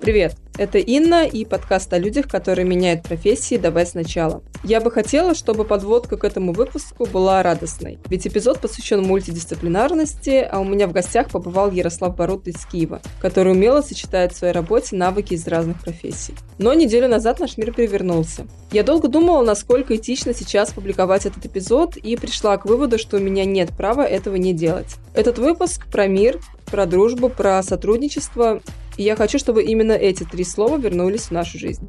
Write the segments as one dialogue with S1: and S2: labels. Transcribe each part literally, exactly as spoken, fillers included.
S1: Привет, это Инна и подкаст о людях, которые меняют профессии «Давай сначала». Я бы хотела, чтобы подводка к этому выпуску была радостной, ведь эпизод посвящен мультидисциплинарности, а у меня в гостях побывал Ярослав Барут из Киева, который умело сочетает в своей работе навыки из разных профессий. Но неделю назад наш мир перевернулся. Я долго думала, насколько этично сейчас публиковать этот эпизод, и пришла к выводу, что у меня нет права этого не делать. Этот выпуск про мир, про дружбу, про сотрудничество, и я хочу, чтобы именно эти три слова вернулись в нашу жизнь.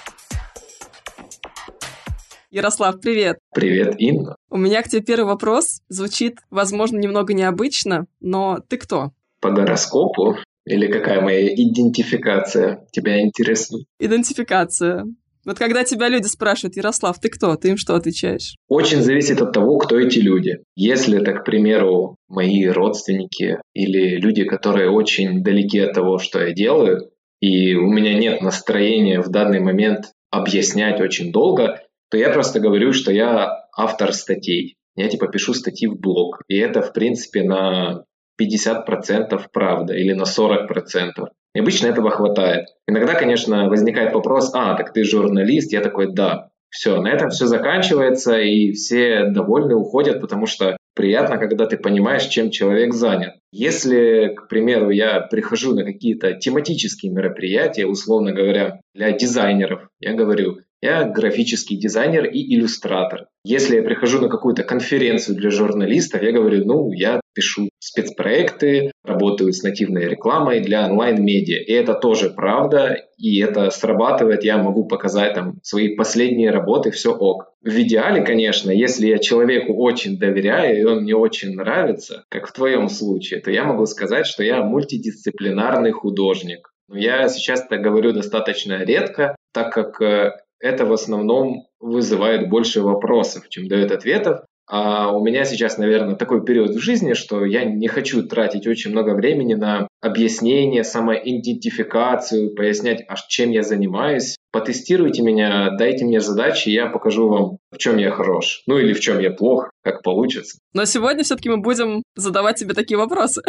S1: Ярослав, привет!
S2: Привет, Инна!
S1: У меня к тебе первый вопрос. Звучит, возможно, немного необычно, но ты кто?
S2: По гороскопу? Или какая моя идентификация тебя интересует?
S1: Идентификация. Вот когда тебя люди спрашивают: Ярослав, ты кто? Ты им что отвечаешь?
S2: Очень зависит от того, кто эти люди. Если это, к примеру, мои родственники или люди, которые очень далеки от того, что я делаю, и у меня нет настроения в данный момент объяснять очень долго, то я просто говорю, что я автор статей. Я типа пишу статьи в блог. И это, в принципе, на пятьдесят процентов правда или на сорок процентов. И обычно этого хватает. Иногда, конечно, возникает вопрос: а, так ты журналист? Я такой: да. Все, на этом все заканчивается, и все довольны, уходят, потому что приятно, когда ты понимаешь, чем человек занят. Если, к примеру, я прихожу на какие-то тематические мероприятия, условно говоря, для дизайнеров, я говорю: я графический дизайнер и иллюстратор. Если я прихожу на какую-то конференцию для журналистов, я говорю: ну, я пишу спецпроекты, работаю с нативной рекламой для онлайн-медиа. И это тоже правда, и это срабатывает, я могу показать там свои последние работы, все ок. В идеале, конечно, если я человеку очень доверяю, и он мне очень нравится, как в твоем случае, то я могу сказать, что я мультидисциплинарный художник. Но я сейчас это говорю достаточно редко, так как это в основном вызывает больше вопросов, чем дает ответов. А у меня сейчас, наверное, такой период в жизни, что я не хочу тратить очень много времени на объяснение, самоидентификацию, пояснять, аж чем я занимаюсь. Потестируйте меня, дайте мне задачи, я покажу вам, в чем я хорош. Ну или в чем я плох, как получится.
S1: Но сегодня все-таки мы будем задавать тебе такие вопросы.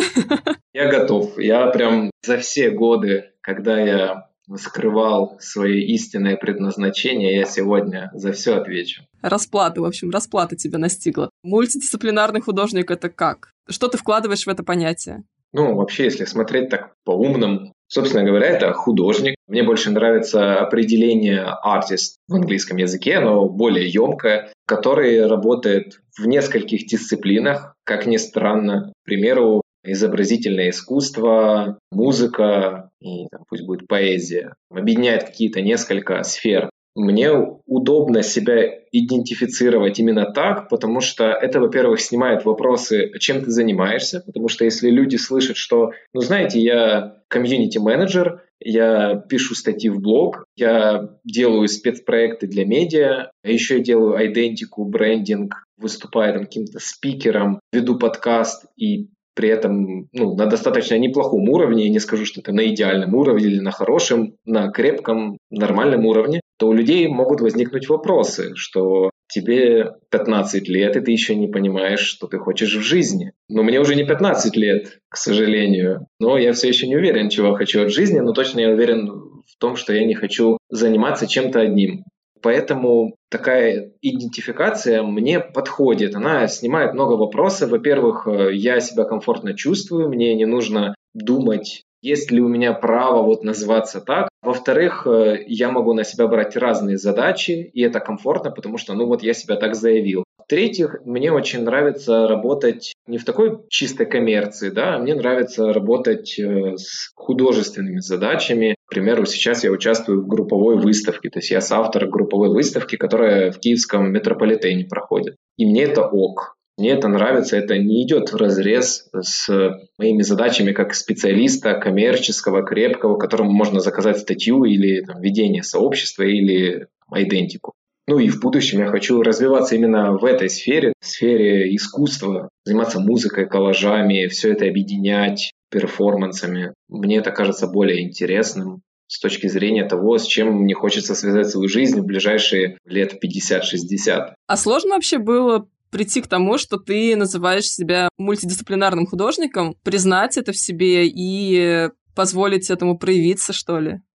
S2: Я готов. Я прям за все годы, когда я скрывал свое истинное предназначение, я сегодня за все отвечу.
S1: Расплата, в общем, расплата тебя настигла. Мультидисциплинарный художник — это как? Что ты вкладываешь в это понятие?
S2: Ну, вообще, если смотреть так по-умному, собственно говоря, это художник. Мне больше нравится определение artist в английском языке, оно более емкое, который работает в нескольких дисциплинах, как ни странно. К примеру, изобразительное искусство, музыка и там, пусть будет поэзия. Объединяет какие-то несколько сфер. Мне удобно себя идентифицировать именно так, потому что это, во-первых, снимает вопросы, чем ты занимаешься, потому что если люди слышат, что, ну знаете, я комьюнити-менеджер, я пишу статьи в блог, я делаю спецпроекты для медиа, а еще я делаю идентику, брендинг, выступаю там каким-то спикером, веду подкаст и при этом ну, на достаточно неплохом уровне, я не скажу, что это на идеальном уровне или на хорошем, на крепком, нормальном уровне, то у людей могут возникнуть вопросы, что тебе пятнадцать лет, и ты еще не понимаешь, что ты хочешь в жизни. Но мне уже не пятнадцать лет, к сожалению, но я все еще не уверен, чего хочу от жизни, но точно я уверен в том, что я не хочу заниматься чем-то одним. Поэтому такая идентификация мне подходит. Она снимает много вопросов. Во-первых, я себя комфортно чувствую, мне не нужно думать, есть ли у меня право вот называться так. Во-вторых, я могу на себя брать разные задачи, и это комфортно, потому что, ну вот я себя так заявил. В-третьих, мне очень нравится работать не в такой чистой коммерции, да, мне нравится работать с художественными задачами. К примеру, сейчас я участвую в групповой выставке, то есть я соавтор групповой выставки, которая в Киевском метрополитене проходит. И мне это ок. Мне это нравится, это не идет вразрез с моими задачами как специалиста коммерческого, крепкого, которому можно заказать статью или там, ведение сообщества или идентику. Ну и в будущем я хочу развиваться именно в этой сфере, в сфере искусства, заниматься музыкой, коллажами, все это объединять перформансами. Мне это кажется более интересным с точки зрения того, с чем мне хочется связать свою жизнь в ближайшие лет пятьдесят-шестьдесят.
S1: А сложно вообще было прийти к тому, что ты называешь себя мультидисциплинарным художником, признать это в себе и позволить этому проявиться, что ли?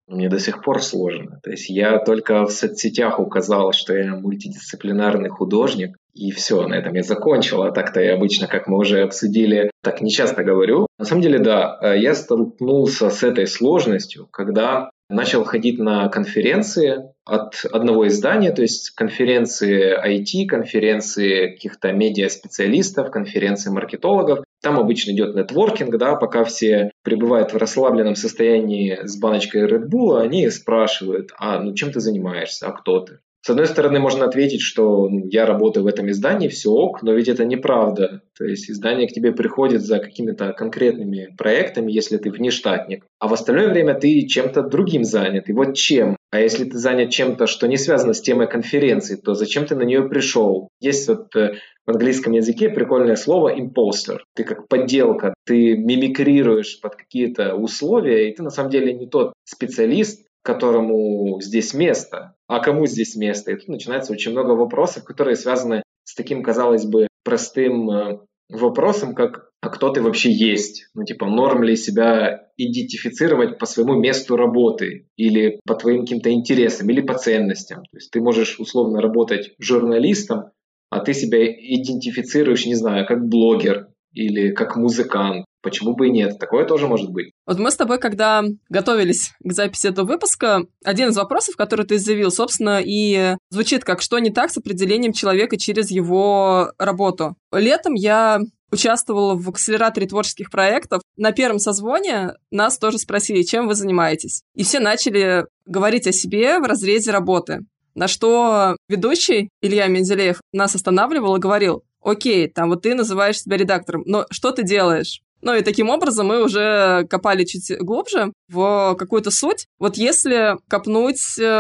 S2: Мне до сих пор сложно. То есть я только в соцсетях указал, что я мультидисциплинарный художник, и все, на этом я закончил. А так-то я обычно, как мы уже обсудили, так не часто говорю. На самом деле, да, я столкнулся с этой сложностью, когда начал ходить на конференции от одного издания, то есть конференции ай ти, конференции каких-то медиа-специалистов, конференции маркетологов. Там обычно идет нетворкинг, да, пока все пребывают в расслабленном состоянии с баночкой Red Bull, они спрашивают, а ну чем ты занимаешься, а кто ты? С одной стороны, можно ответить, что ну, я работаю в этом издании, все ок, но ведь это неправда. То есть издание к тебе приходит за какими-то конкретными проектами, если ты внештатник, а в остальное время ты чем-то другим занят. И вот чем? А если ты занят чем-то, что не связано с темой конференции, то зачем ты на нее пришел? Есть вот в английском языке прикольное слово imposter. Ты как подделка, ты мимикрируешь под какие-то условия, и ты на самом деле не тот специалист, которому здесь место, а кому здесь место. И тут начинается очень много вопросов, которые связаны с таким, казалось бы, простым вопросом, как «а кто ты вообще есть?» Ну, типа, норм ли себя идентифицировать по своему месту работы или по твоим каким-то интересам, или по ценностям. То есть ты можешь условно работать журналистом, а ты себя идентифицируешь, не знаю, как блогер или как музыкант. Почему бы и нет? Такое тоже может быть.
S1: Вот мы с тобой, когда готовились к записи этого выпуска, один из вопросов, который ты заявил, собственно, и звучит как «что не так с определением человека через его работу?». Летом я участвовала в акселераторе творческих проектов. На первом созвоне нас тоже спросили, чем вы занимаетесь. И все начали говорить о себе в разрезе работы. На что ведущий Илья Менделеев нас останавливал и говорил: окей, там вот ты называешь себя редактором, но что ты делаешь? Ну и таким образом мы уже копали чуть глубже в какую-то суть. Вот если копнуть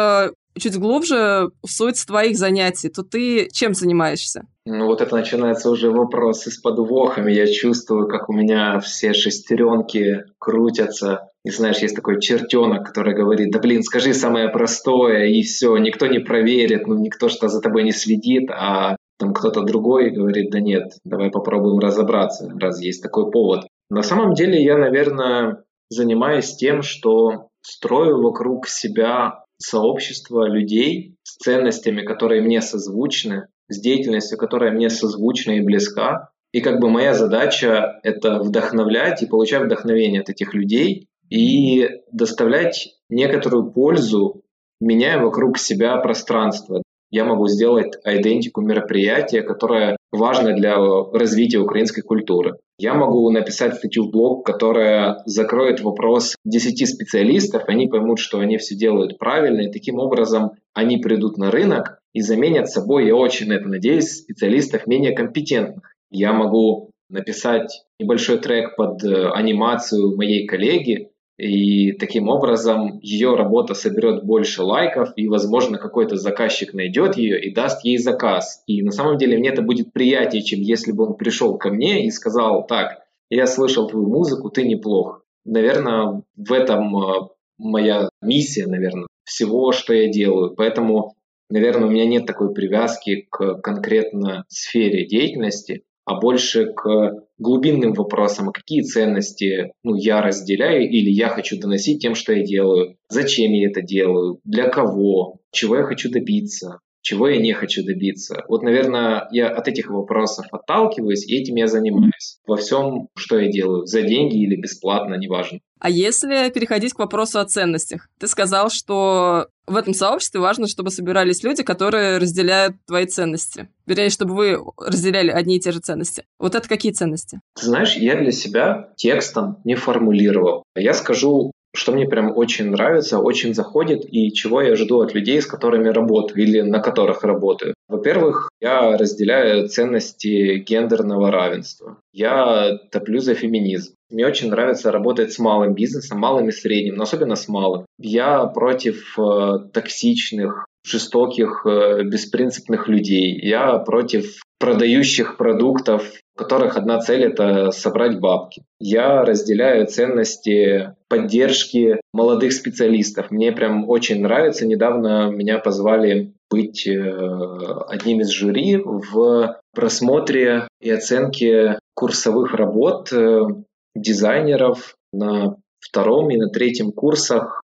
S1: чуть глубже в суть твоих занятий, то ты чем занимаешься?
S2: Ну вот это начинается уже вопросы с подвохами. Я чувствую, как у меня все шестеренки крутятся. И знаешь, есть такой чертенок, который говорит: да блин, скажи самое простое, и все, никто не проверит, ну никто что за тобой не следит, а там кто-то другой говорит: да нет, давай попробуем разобраться, раз есть такой повод. На самом деле я, наверное, занимаюсь тем, что строю вокруг себя сообщество людей с ценностями, которые мне созвучны, с деятельностью, которая мне созвучна и близка. И как бы моя задача — это вдохновлять и получать вдохновение от этих людей и доставлять некоторую пользу, меняя вокруг себя пространство. Я могу сделать айдентику мероприятия, которое важно для развития украинской культуры. Я могу написать статью в блог, которая закроет вопрос десяти специалистов, они поймут, что они все делают правильно, и таким образом они придут на рынок и заменят собой, я очень на это надеюсь, специалистов менее компетентных. Я могу написать небольшой трек под анимацию моей коллеги, и таким образом ее работа соберет больше лайков, и, возможно, какой-то заказчик найдет ее и даст ей заказ. И на самом деле мне это будет приятнее, чем если бы он пришел ко мне и сказал: так, я слышал твою музыку, ты неплох. Наверное, в этом моя миссия, наверное, всего, что я делаю. Поэтому, наверное, у меня нет такой привязки к конкретно сфере деятельности, а больше к глубинным вопросам, какие ценности ну, я разделяю или я хочу доносить тем, что я делаю, зачем я это делаю, для кого, чего я хочу добиться, чего я не хочу добиться. Вот, наверное, я от этих вопросов отталкиваюсь, и этим я занимаюсь во всем, что я делаю, за деньги или бесплатно, неважно.
S1: А если переходить к вопросу о ценностях? Ты сказал, что в этом сообществе важно, чтобы собирались люди, которые разделяют твои ценности. Вернее, чтобы вы разделяли одни и те же ценности. Вот это какие ценности?
S2: Ты знаешь, я для себя текстом не формулировал. Я скажу, что мне прям очень нравится, очень заходит и чего я жду от людей, с которыми работаю или на которых работаю. Во-первых, я разделяю ценности гендерного равенства. Я топлю за феминизм. Мне очень нравится работать с малым бизнесом, малым и средним, но особенно с малым. Я против э, токсичных, жестоких, э, беспринципных людей. Я против продающих продуктов, у которых одна цель — это собрать бабки. Я разделяю ценности поддержки молодых специалистов. Мне прям очень нравится. Недавно меня позвали быть э, одним из жюри в просмотре и оценке курсовых работ э, дизайнеров на втором и на третьем курсах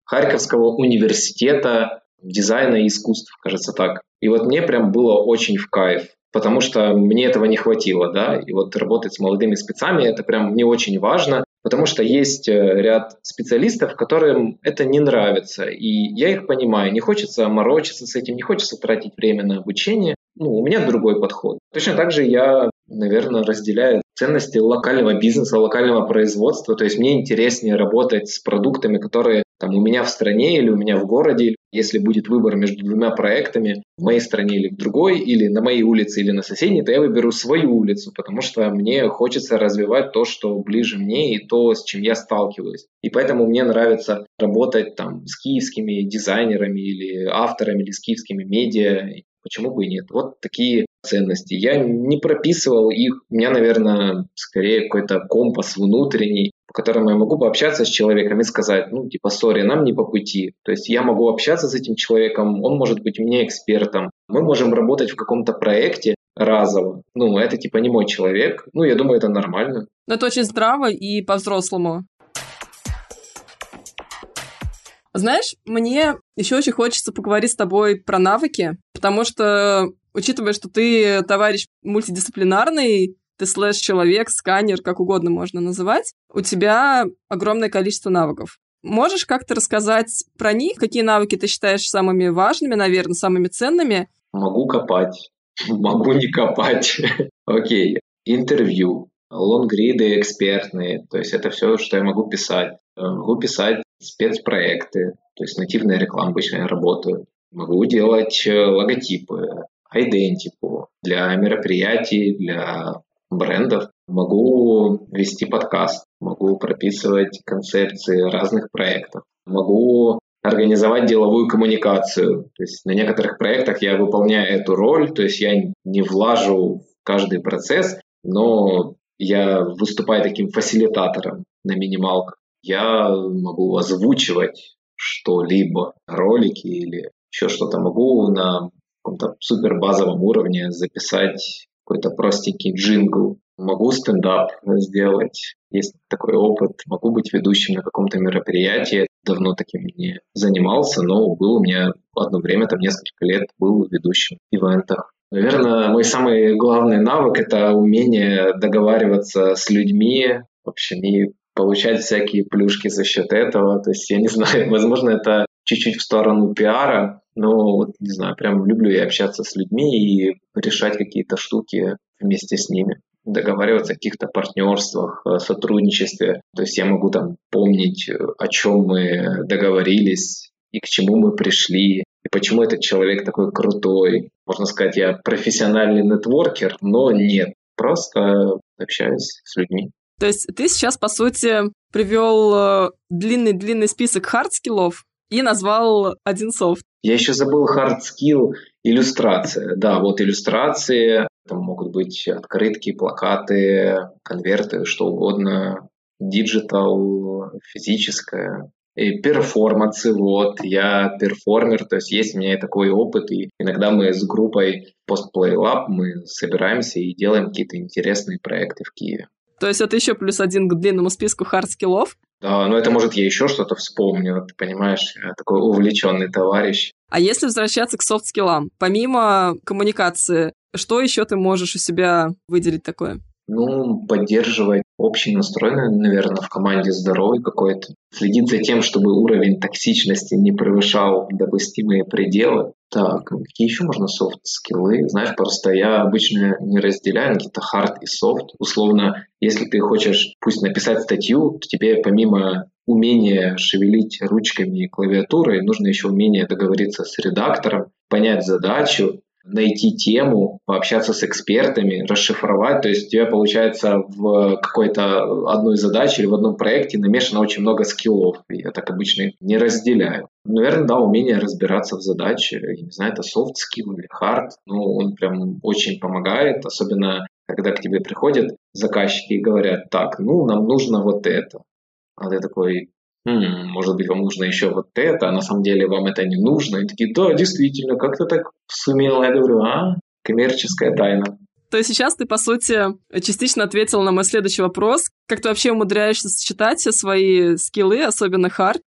S2: Харьковского университета дизайна и искусств, кажется так. И вот мне прям было очень в кайф, потому что мне этого не хватило, да, и вот работать с молодыми спецами, это прям мне очень важно, потому что есть ряд специалистов, которым это не нравится, и я их понимаю, не хочется морочиться с этим, не хочется тратить время на обучение, ну, у меня другой подход. Точно так же я, наверное, разделяю ценности локального бизнеса, локального производства, то есть мне интереснее работать с продуктами, которые там у меня в стране или у меня в городе, если будет выбор между двумя проектами, в моей стране или в другой, или на моей улице или на соседней, то я выберу свою улицу, потому что мне хочется развивать то, что ближе мне и то, с чем я сталкиваюсь. И поэтому мне нравится работать там с киевскими дизайнерами или авторами, или с киевскими медиа. Почему бы и нет? Вот такие ценности. Я не прописывал их. У меня, наверное, скорее какой-то компас внутренний, по которому я могу пообщаться с человеком и сказать, ну, типа, сори, нам не по пути. То есть я могу общаться с этим человеком, он может быть мне экспертом. Мы можем работать в каком-то проекте разово. Ну, это типа не мой человек. Ну, я думаю, это нормально.
S1: Но это очень здраво и по-взрослому. Знаешь, мне еще очень хочется поговорить с тобой про навыки, потому что, учитывая, что ты товарищ мультидисциплинарный, ты слэш-человек, сканер, как угодно можно называть, у тебя огромное количество навыков. Можешь как-то рассказать про них? Какие навыки ты считаешь самыми важными, наверное, самыми ценными?
S2: Могу копать, могу не копать. Окей, интервью, лонгриды экспертные, то есть это все, что я могу писать. Могу писать спецпроекты, то есть нативная реклама обычно я работаю. Могу делать логотипы, айдентику для мероприятий, для брендов. Могу вести подкаст, могу прописывать концепции разных проектов. Могу организовать деловую коммуникацию. То есть на некоторых проектах я выполняю эту роль, то есть я не влажу в каждый процесс, но я выступаю таким фасилитатором на минималках. Я могу озвучивать что-либо, ролики или еще что-то. Могу на каком-то супербазовом уровне записать какой-то простенький джингл. Могу стендап сделать. Есть такой опыт. Могу быть ведущим на каком-то мероприятии. Давно таким не занимался, но был у меня одно время, там несколько лет, был ведущим в ивентах. Наверное, мой самый главный навык – это умение договариваться с людьми, в общем, и получать всякие плюшки за счет этого. То есть, я не знаю, возможно, это чуть-чуть в сторону пиара, но, вот, не знаю, прям люблю я общаться с людьми и решать какие-то штуки вместе с ними. Договариваться о каких-то партнерствах, сотрудничестве. То есть я могу там помнить, о чем мы договорились и к чему мы пришли, и почему этот человек такой крутой. Можно сказать, я профессиональный нетворкер, но нет, просто общаюсь с людьми.
S1: То есть ты сейчас, по сути, привел длинный-длинный список хард-скиллов и назвал один софт.
S2: Я еще забыл хард-скилл иллюстрация. Да, вот иллюстрации. Там могут быть открытки, плакаты, конверты, что угодно. Диджитал, физическое. И перформансы, вот, я перформер, то есть есть у меня такой опыт, и иногда мы с группой Postplay Lab мы собираемся и делаем какие-то интересные проекты в Киеве.
S1: То есть это еще плюс один к длинному списку хард-скиллов?
S2: Да, но это может я еще что-то вспомню, ты понимаешь, я такой увлеченный товарищ.
S1: А если возвращаться к софт-скиллам, помимо коммуникации, что еще ты можешь у себя выделить такое?
S2: Ну, поддерживать общий настрой, наверное, в команде здоровый какой-то. Следить за тем, чтобы уровень токсичности не превышал допустимые пределы. Так, какие еще можно софт-скиллы? Знаешь, просто я обычно не разделяю на какие-то хард и софт. Условно, если ты хочешь пусть написать статью, то тебе помимо умения шевелить ручками и клавиатурой, нужно еще умение договориться с редактором, понять задачу, найти тему, пообщаться с экспертами, расшифровать. То есть у тебя получается в какой-то одной задаче или в одном проекте намешано очень много скиллов. Я так обычно не разделяю. Наверное, да, умение разбираться в задаче. Я не знаю, это soft skill или hard. Но он прям очень помогает, особенно когда к тебе приходят заказчики и говорят, так, ну, нам нужно вот это. А ты такой... М-м, может быть, вам нужно еще вот это, а на самом деле вам это не нужно. И такие, да, действительно, как ты так сумел? Я говорю, а, коммерческая тайна.
S1: То есть сейчас ты, по сути, частично ответил на мой следующий вопрос. Как ты вообще умудряешься сочетать все свои скиллы, особенно хард,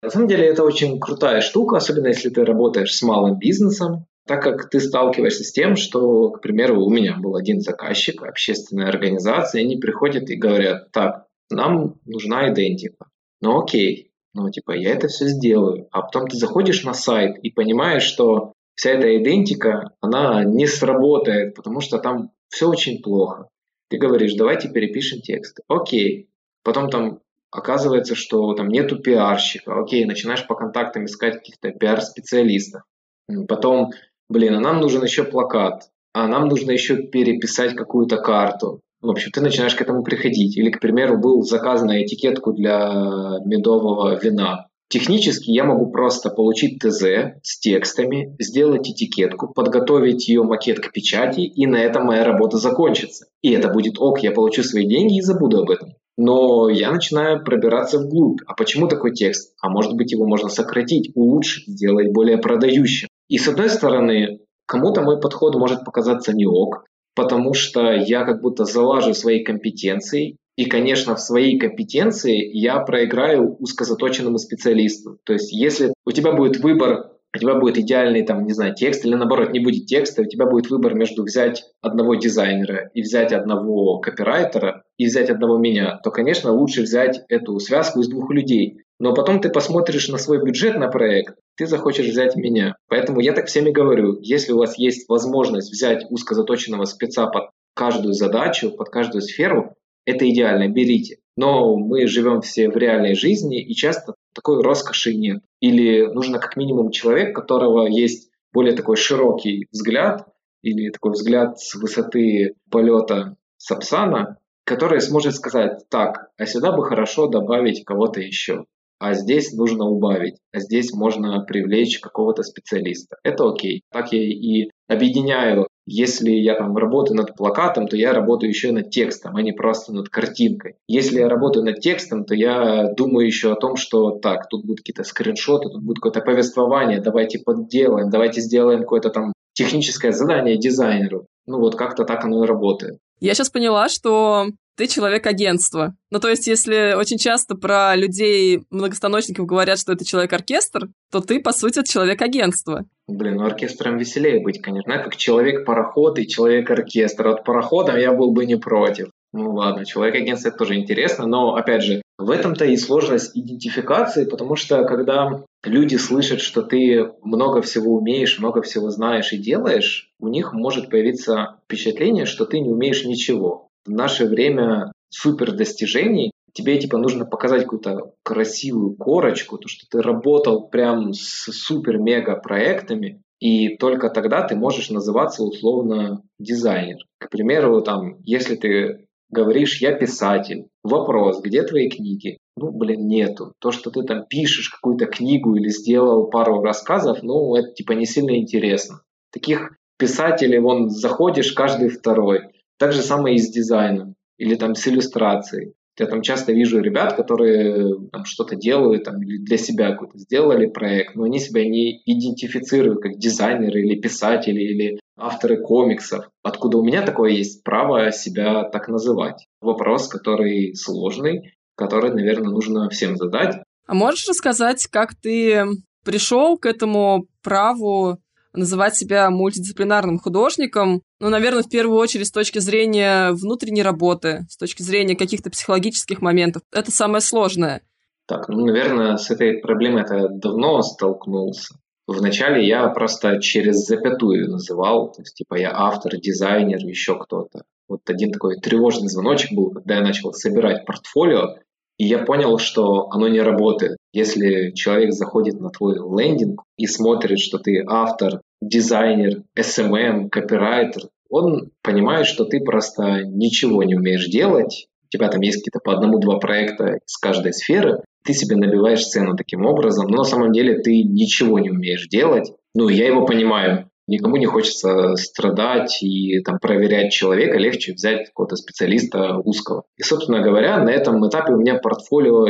S2: На самом деле это очень крутая штука, особенно если ты работаешь с малым бизнесом, так как ты сталкиваешься с тем, что, к примеру, у меня был один заказчик, общественная организация, и они приходят и говорят: так, нам нужна идентика. Ну окей, ну типа я это все сделаю. А потом ты заходишь на сайт и понимаешь, что вся эта идентика, она не сработает, потому что там все очень плохо. Ты говоришь: давайте перепишем текст. Окей. Потом там оказывается, что там нету пиарщика. Окей, начинаешь по контактам искать каких-то пиар-специалистов. Потом, блин, а нам нужен еще плакат, а нам нужно еще переписать какую-то карту. В общем, ты начинаешь к этому приходить. Или, к примеру, был заказ на этикетку для медового вина. Технически я могу просто получить ТЗ с текстами, сделать этикетку, подготовить ее макет к печати, и на этом моя работа закончится. И это будет ок, я получу свои деньги и забуду об этом. Но я начинаю пробираться вглубь. А почему такой текст? А может быть, его можно сократить, улучшить, сделать более продающим. И с одной стороны, кому-то мой подход может показаться не ок, потому что я как будто залажу свои компетенции, и, конечно, в своей компетенции я проиграю узкозаточенному специалисту. То есть, если у тебя будет выбор, у тебя будет идеальный, там, не знаю, текст, или наоборот, не будет текста, у тебя будет выбор между взять одного дизайнера и взять одного копирайтера, и взять одного меня, то, конечно, лучше взять эту связку из двух людей. Но потом ты посмотришь на свой бюджет на проект, ты захочешь взять меня. Поэтому я так всем и говорю: если у вас есть возможность взять узкозаточенного спеца под каждую задачу, под каждую сферу, это идеально, берите. Но мы живем все в реальной жизни, и часто такой роскоши нет. Или нужно как минимум человек, у которого есть более такой широкий взгляд, или такой взгляд с высоты полета Сапсана, который сможет сказать: так, а сюда бы хорошо добавить кого-то еще. А здесь нужно убавить, а здесь можно привлечь какого-то специалиста. Это окей. Так я и объединяю. Если я там работаю над плакатом, то я работаю еще и над текстом, а не просто над картинкой. Если я работаю над текстом, то я думаю еще о том, что так, тут будут какие-то скриншоты, тут будет какое-то повествование, давайте подделаем, давайте сделаем какое-то там техническое задание дизайнеру. Ну вот как-то так оно и работает.
S1: Я сейчас поняла, что ты человек агентства. Ну, то есть, если очень часто про людей-многостаночников говорят, что это человек-оркестр, то ты, по сути, человек агентства.
S2: Блин, ну оркестром веселее быть, конечно. Я как человек-пароход и человек-оркестр. От парохода я был бы не против. Ну ладно, человек-агентство — это тоже интересно, но, опять же, в этом-то и сложность идентификации, потому что когда люди слышат, что ты много всего умеешь, много всего знаешь и делаешь, у них может появиться впечатление, что ты не умеешь ничего. В наше время супер достижений тебе типа нужно показать какую-то красивую корочку, то, что ты работал прям с супер-мега проектами, и только тогда ты можешь называться условно дизайнер. К примеру, там, если ты говоришь: я писатель, вопрос: где твои книги? Ну, блин, нету. То, что ты там пишешь какую-то книгу или сделал пару рассказов, ну, это типа не сильно интересно. Таких писателей, вон, заходишь каждый второй. Так же самое и с дизайном или там с иллюстрацией. Я там часто вижу ребят, которые там что-то делают там, или для себя какой-то сделали проект, но они себя не идентифицируют как дизайнеры или писатели или авторы комиксов. Откуда у меня такое есть право себя так называть? Вопрос, который сложный, который, наверное, нужно всем задать.
S1: А можешь рассказать, как ты пришел к этому праву называть себя мультидисциплинарным художником? Ну, наверное, в первую очередь с точки зрения внутренней работы, с точки зрения каких-то психологических моментов. Это самое сложное.
S2: Так, ну, наверное, с этой проблемой я давно столкнулся. Вначале я просто через запятую называл, то есть типа я автор, дизайнер, еще кто-то. Вот один такой тревожный звоночек был, когда я начал собирать портфолио, и я понял, что оно не работает. Если человек заходит на твой лендинг и смотрит, что ты автор, дизайнер, эс эм эм, копирайтер, он понимает, что ты просто ничего не умеешь делать. У тебя там есть какие-то по одному-два проекта с каждой сферы. Ты себе набиваешь цену таким образом, но на самом деле ты ничего не умеешь делать. Ну, я его понимаю. Никому не хочется страдать и там проверять человека, легче взять какого-то специалиста узкого. И, собственно говоря, на этом этапе у меня портфолио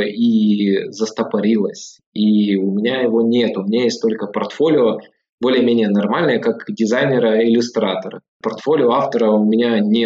S2: и застопорилось. И у меня его нет. У меня есть только портфолио более-менее нормальное, как дизайнера и иллюстратора. Портфолио автора у меня нету.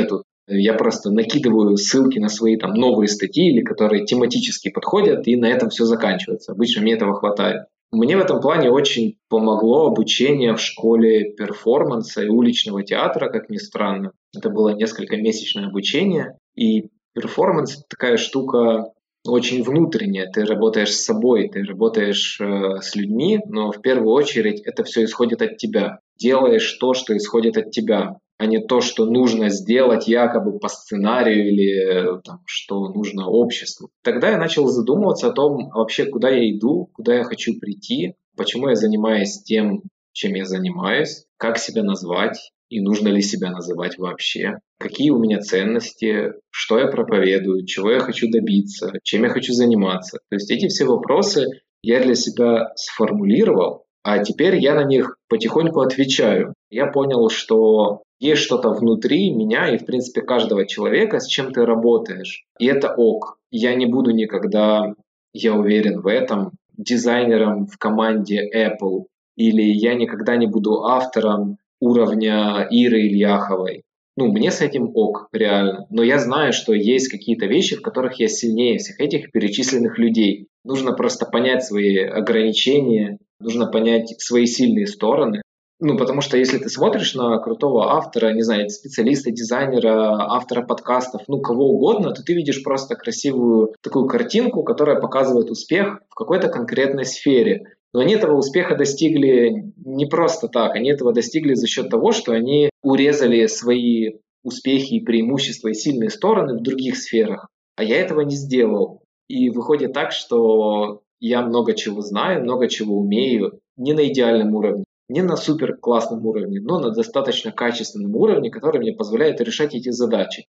S2: Я просто накидываю ссылки на свои там новые статьи, или которые тематически подходят, и на этом все заканчивается. Обычно мне этого хватает. Мне в этом плане очень помогло обучение в школе перформанса и уличного театра, как ни странно. Это было несколькомесячное обучение, и перформанс – такая штука очень внутренняя. Ты работаешь с собой, ты работаешь э, с людьми, но в первую очередь это все исходит от тебя. Делаешь то, что исходит от тебя, а не то, что нужно сделать якобы по сценарию или там, что нужно обществу. Тогда я начал задумываться о том, вообще, куда я иду, куда я хочу прийти, почему я занимаюсь тем, чем я занимаюсь, как себя назвать и нужно ли себя называть вообще, какие у меня ценности, что я проповедую, чего я хочу добиться, чем я хочу заниматься. То есть эти все вопросы я для себя сформулировал, а теперь я на них потихоньку отвечаю. Я понял, что есть что-то внутри меня и, в принципе, каждого человека, с чем ты работаешь. И это ок. Я не буду никогда, я уверен в этом, дизайнером в команде Apple. Или я никогда не буду автором уровня Иры Ильяховой. Ну, мне с этим ок, реально. Но я знаю, что есть какие-то вещи, в которых я сильнее всех этих перечисленных людей. Нужно просто понять свои ограничения, нужно понять свои сильные стороны. Ну, потому что если ты смотришь на крутого автора, не знаю, специалиста, дизайнера, автора подкастов, ну, кого угодно, то ты видишь просто красивую такую картинку, которая показывает успех в какой-то конкретной сфере. Но они этого успеха достигли не просто так, они этого достигли за счет того, что они урезали свои успехи и преимущества и сильные стороны в других сферах. А я этого не сделал. И выходит так, что я много чего знаю, много чего умею, не на идеальном уровне, не на супер классном уровне, но на достаточно качественном уровне, который мне позволяет решать эти задачи.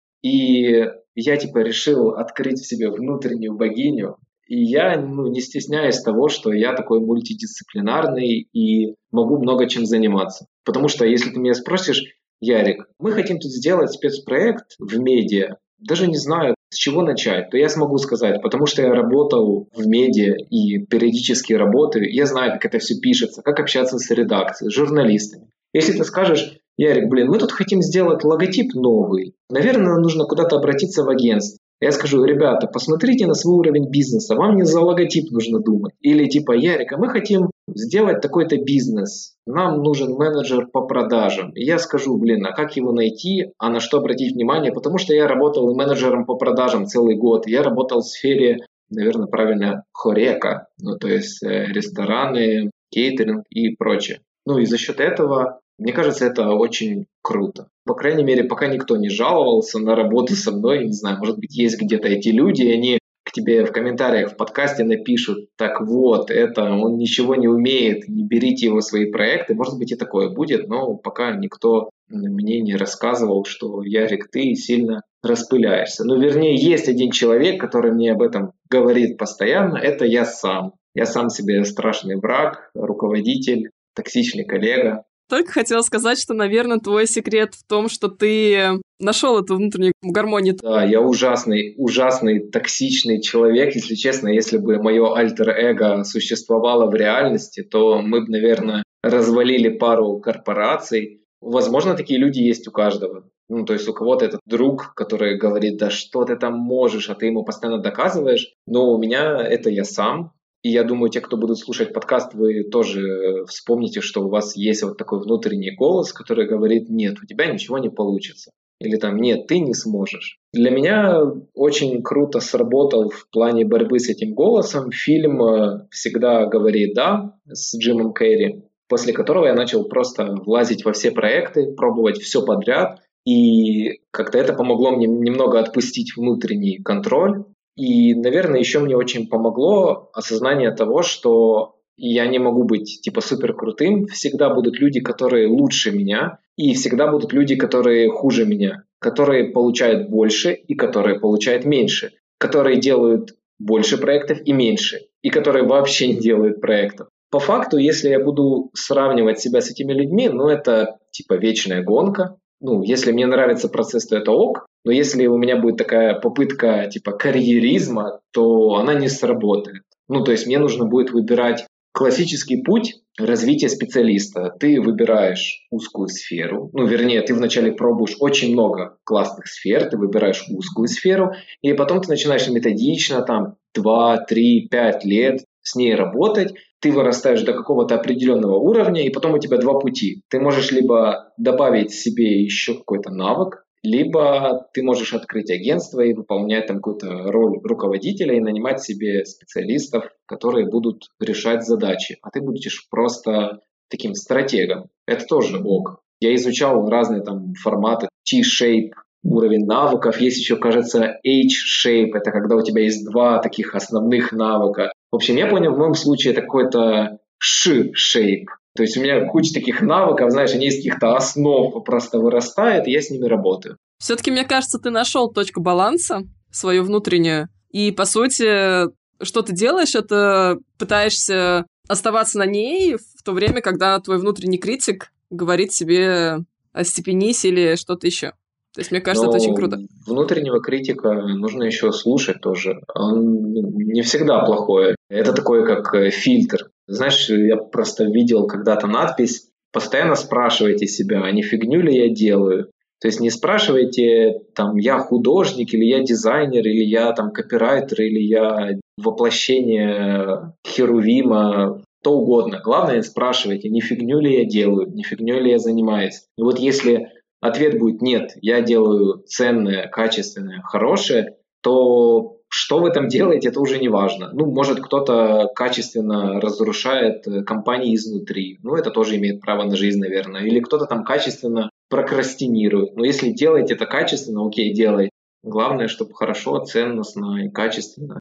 S2: И я типа решил открыть в себе внутреннюю богиню, и я ну, не стесняюсь того, что я такой мультидисциплинарный и могу много чем заниматься. Потому что если ты меня спросишь, Ярик, мы хотим тут сделать спецпроект в медиа, даже не знаю, с чего начать, то я смогу сказать, потому что я работал в медиа и периодически работаю, я знаю, как это все пишется, как общаться с редакцией, с журналистами. Если ты скажешь, Ярик, блин, мы тут хотим сделать логотип новый, наверное, нужно куда-то обратиться в агентство. Я скажу, ребята, посмотрите на свой уровень бизнеса, вам не за логотип нужно думать. Или типа, Ярик, а мы хотим сделать такой-то бизнес, нам нужен менеджер по продажам. И я скажу, блин, а как его найти, а на что обратить внимание? Потому что я работал менеджером по продажам целый год. Я работал в сфере, наверное, правильно, хорека, ну то есть э, рестораны, кейтеринг и прочее. Ну и за счет этого, мне кажется, это очень круто. По крайней мере, пока никто не жаловался на работу со мной, не знаю, может быть, есть где-то эти люди, и они к тебе в комментариях в подкасте напишут, так вот, это он ничего не умеет, не берите его в свои проекты. Может быть, и такое будет, но пока никто мне не рассказывал, что, Ярик, ты сильно распыляешься. Ну, вернее, есть один человек, который мне об этом говорит постоянно, это я сам. Я сам себе страшный враг, руководитель, токсичный коллега.
S1: Только хотела сказать, что, наверное, твой секрет в том, что ты нашел эту внутреннюю гармонию.
S2: Да, я ужасный, ужасный, токсичный человек. Если честно, если бы мое альтер-эго существовало в реальности, то мы бы, наверное, развалили пару корпораций. Возможно, такие люди есть у каждого. Ну, то есть у кого-то этот друг, который говорит, да что ты там можешь, а ты ему постоянно доказываешь. Но у меня это я сам. И я думаю, те, кто будут слушать подкаст, вы тоже вспомните, что у вас есть вот такой внутренний голос, который говорит, нет, у тебя ничего не получится. Или там, нет, ты не сможешь. Для меня очень круто сработал в плане борьбы с этим голосом фильм «Всегда говори да» с Джимом Керри, после которого я начал просто влазить во все проекты, пробовать все подряд. И как-то это помогло мне немного отпустить внутренний контроль. И, наверное, еще мне очень помогло осознание того, что я не могу быть типа супер крутым. Всегда будут люди, которые лучше меня, и всегда будут люди, которые хуже меня, которые получают больше и которые получают меньше, которые делают больше проектов и меньше, и которые вообще не делают проектов. По факту, если я буду сравнивать себя с этими людьми, ну это типа вечная гонка. Ну, если мне нравится процесс, то это ок. Но если у меня будет такая попытка типа карьеризма, то она не сработает. Ну, то есть мне нужно будет выбирать классический путь развития специалиста. Ты выбираешь узкую сферу, ну, вернее, ты вначале пробуешь очень много классных сфер, ты выбираешь узкую сферу, и потом ты начинаешь методично, там, два, три, пять лет с ней работать, ты вырастаешь до какого-то определенного уровня, и потом у тебя два пути. Ты можешь либо добавить себе еще какой-то навык, либо ты можешь открыть агентство и выполнять там какую-то роль руководителя и нанимать себе специалистов, которые будут решать задачи, а ты будешь просто таким стратегом. Это тоже ок. Я изучал разные там форматы, T-shape, уровень навыков, есть еще, кажется, H-shape, это когда у тебя есть два таких основных навыка. В общем, я понял, в моем случае это какой-то Sh-shape. То есть у меня куча таких навыков, знаешь, они из каких-то основ просто вырастают, и я с ними работаю.
S1: Все-таки, мне кажется, ты нашел точку баланса, свою внутреннюю, и, по сути, что ты делаешь, это пытаешься оставаться на ней в то время, когда твой внутренний критик говорит себе «остепенись» или что-то еще. То есть, мне кажется,
S2: Но
S1: это очень круто.
S2: Внутреннего критика нужно еще слушать тоже. Он не всегда плохой. Это такой, как фильтр. Знаешь, я просто видел когда-то надпись: постоянно спрашивайте себя, а не фигню ли я делаю. То есть не спрашивайте, там, я художник, или я дизайнер, или я там копирайтер, или я воплощение Херувима, то угодно. Главное, спрашивайте, не фигню ли я делаю, не фигню ли я занимаюсь. И вот если ответ будет нет, я делаю ценное, качественное, хорошее, то что вы там делаете, это уже не важно. Ну, может, кто-то качественно разрушает компании изнутри. Ну, это тоже имеет право на жизнь, наверное. Или кто-то там качественно прокрастинирует. Но если делаете это качественно, окей, делай. Главное, чтобы хорошо, ценностно и качественно.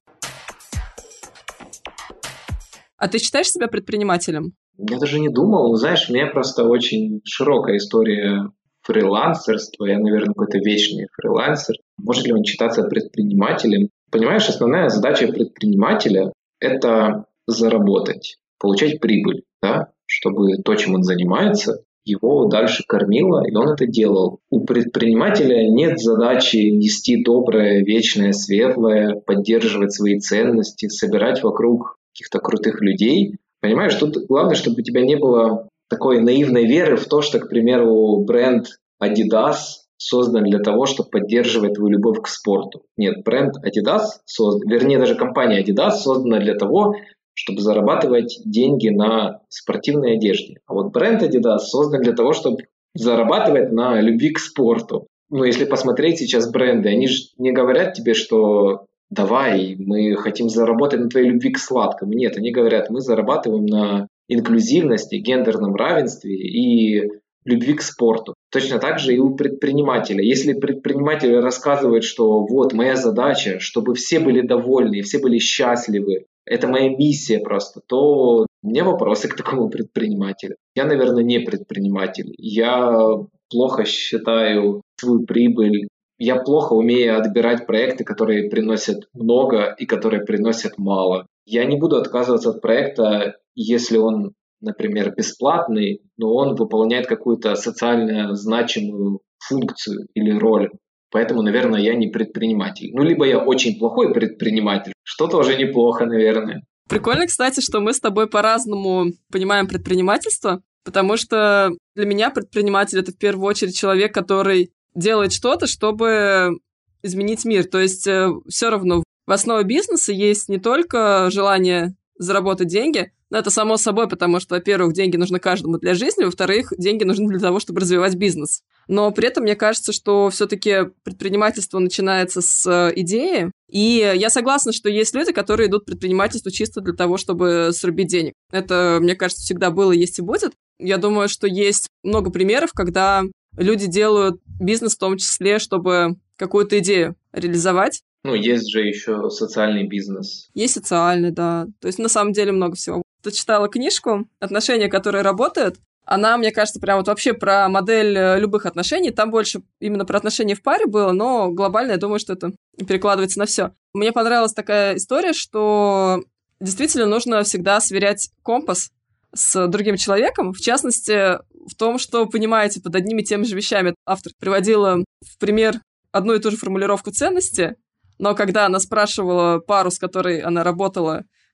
S1: А ты считаешь себя предпринимателем?
S2: Я даже не думал. Знаешь, у меня просто очень широкая история фрилансерства. Я, наверное, какой-то вечный фрилансер. Может ли он считаться предпринимателем? Понимаешь, основная задача предпринимателя – это заработать, получать прибыль, да? Чтобы то, чем он занимается, его дальше кормило, и он это делал. У предпринимателя нет задачи нести доброе, вечное, светлое, поддерживать свои ценности, собирать вокруг каких-то крутых людей. Понимаешь, тут главное, чтобы у тебя не было такой наивной веры в то, что, к примеру, бренд Adidas создан для того, чтобы поддерживать твою любовь к спорту. Нет, бренд Adidas создан, вернее, даже компания Adidas создана для того, чтобы зарабатывать деньги на спортивной одежде. А вот бренд Adidas создан для того, чтобы зарабатывать на любви к спорту. Ну, если посмотреть сейчас бренды, они же не говорят тебе, что давай, мы хотим заработать на твоей любви к сладкому. Нет, они говорят, мы зарабатываем на инклюзивности, гендерном равенстве и любви к спорту. Точно так же и у предпринимателя. Если предприниматель рассказывает, что вот моя задача, чтобы все были довольны, все были счастливы, это моя миссия просто, то у меня вопросы к такому предпринимателю. Я, наверное, не предприниматель. Я плохо считаю свою прибыль. Я плохо умею отбирать проекты, которые приносят много и которые приносят мало. Я не буду отказываться от проекта, если он, например, бесплатный, но он выполняет какую-то социально значимую функцию или роль. Поэтому, наверное, я не предприниматель. Ну, либо я очень плохой предприниматель, что тоже неплохо, наверное.
S1: Прикольно, кстати, что мы с тобой по-разному понимаем предпринимательство, потому что для меня предприниматель — это в первую очередь человек, который делает что-то, чтобы изменить мир. То есть э, все равно в основе бизнеса есть не только желание заработать деньги, но это само собой, потому что, во-первых, деньги нужны каждому для жизни, во-вторых, деньги нужны для того, чтобы развивать бизнес. Но при этом мне кажется, что все-таки предпринимательство начинается с идеи, и я согласна, что есть люди, которые идут в предпринимательство чисто для того, чтобы срубить денег. Это, мне кажется, всегда было, есть и будет. Я думаю, что есть много примеров, когда люди делают бизнес в том числе, чтобы какую-то идею реализовать.
S2: Ну, есть же еще социальный бизнес.
S1: Есть социальный, да. То есть, на самом деле, много всего. Ты читала книжку «Отношения, которые работают». Она, мне кажется, прям вот вообще про модель любых отношений. Там больше именно про отношения в паре было, но глобально я думаю, что это перекладывается на все. Мне понравилась такая история, что действительно нужно всегда сверять компас с другим человеком. В частности, в том, что понимаете под одними и теми же вещами. Автор приводила в пример одну и ту же формулировку ценности, но когда она спрашивала пару, с которой она работала,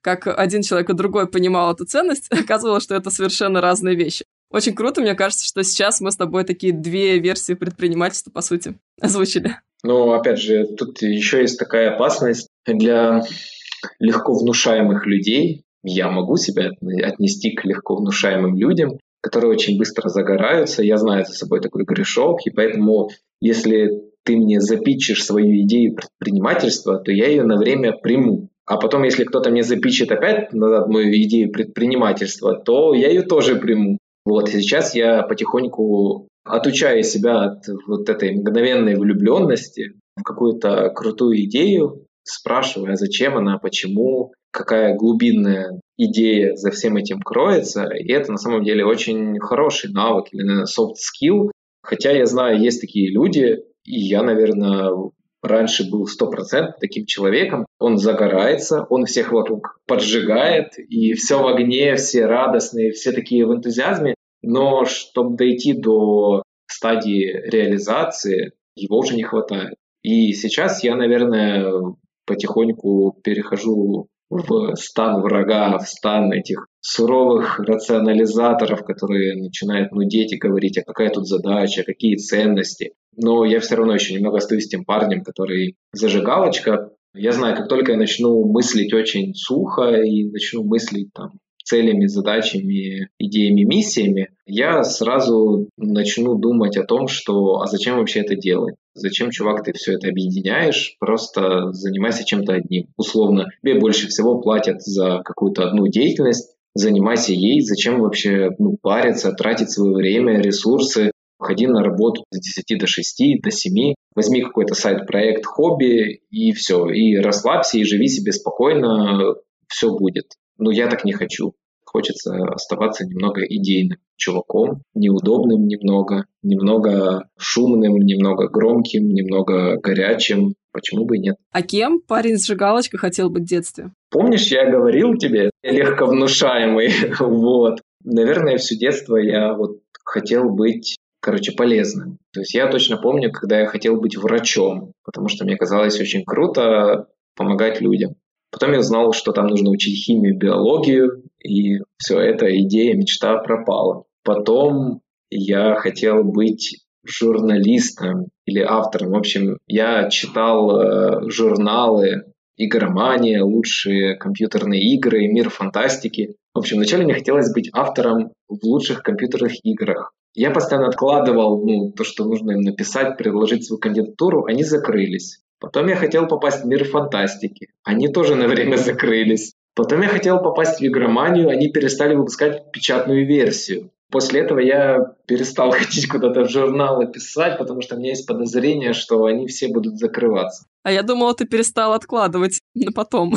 S1: как один человек и другой понимал эту ценность, оказывалось, что это совершенно разные вещи. Очень круто, мне кажется, что сейчас мы с тобой такие две версии предпринимательства, по сути, озвучили.
S2: Но, опять же, тут еще есть такая опасность для легко внушаемых людей. Я могу себя отнести к легко внушаемым людям, которые очень быстро загораются. Я знаю за собой такой грешок, и поэтому, если ты мне запитчишь свою идею предпринимательства, то я ее на время приму. А потом, если кто-то мне запитчит опять назад мою идею предпринимательства, то я ее тоже приму. Вот, и сейчас я потихоньку отучаю себя от вот этой мгновенной влюбленности в какую-то крутую идею, спрашиваю, а зачем она, почему, какая глубинная идея за всем этим кроется. И это на самом деле очень хороший навык или, наверное, soft skill. Хотя я знаю, есть такие люди, и я, наверное, раньше был сто процентов таким человеком. Он загорается, он всех вокруг поджигает, и все в огне, все радостные, все такие в энтузиазме. Но чтобы дойти до стадии реализации, его уже не хватает. И сейчас я, наверное, потихоньку перехожу в стан врага, в стан этих суровых рационализаторов, которые начинают нудеть и говорить, а какая тут задача, какие ценности. Но я все равно еще немного остаюсь тем парнем, который зажигалочка. Я знаю, как только я начну мыслить очень сухо и начну мыслить там целями, задачами, идеями, миссиями, я сразу начну думать о том, что а зачем вообще это делать? Зачем, чувак, ты все это объединяешь? Просто занимайся чем-то одним. Условно, тебе больше всего платят за какую-то одну деятельность, занимайся ей. Зачем вообще ну, париться, тратить свое время, ресурсы? Ходи на работу с десяти до шести, до семи, возьми какой-то сайт-проект, хобби, и все. И расслабься, и живи себе спокойно, все будет. Но я так не хочу. Хочется оставаться немного идейным чуваком, неудобным немного, немного шумным, немного громким, немного горячим. Почему бы и нет?
S1: А кем парень-сжигалочка хотел быть в детстве?
S2: Помнишь, я говорил тебе, я легковнушаемый. Вот. Наверное, все детство я вот хотел быть, короче, полезным. То есть я точно помню, когда я хотел быть врачом, потому что мне казалось очень круто помогать людям. Потом я узнал, что там нужно учить химию, биологию, и все, эта идея, мечта пропала. Потом я хотел быть журналистом или автором. В общем, я читал э, журналы «Игромания», «Лучшие компьютерные игры», «Мир фантастики». В общем, вначале мне хотелось быть автором в лучших компьютерных играх. Я постоянно откладывал ну, то, что нужно им написать, предложить свою кандидатуру, они закрылись. Потом я хотел попасть в мир фантастики. Они тоже на время закрылись. Потом я хотел попасть в игроманию, они перестали выпускать печатную версию. После этого я перестал ходить куда-то в журналы писать, потому что у меня есть подозрение, что они все будут закрываться.
S1: А я думала, ты перестал откладывать на потом.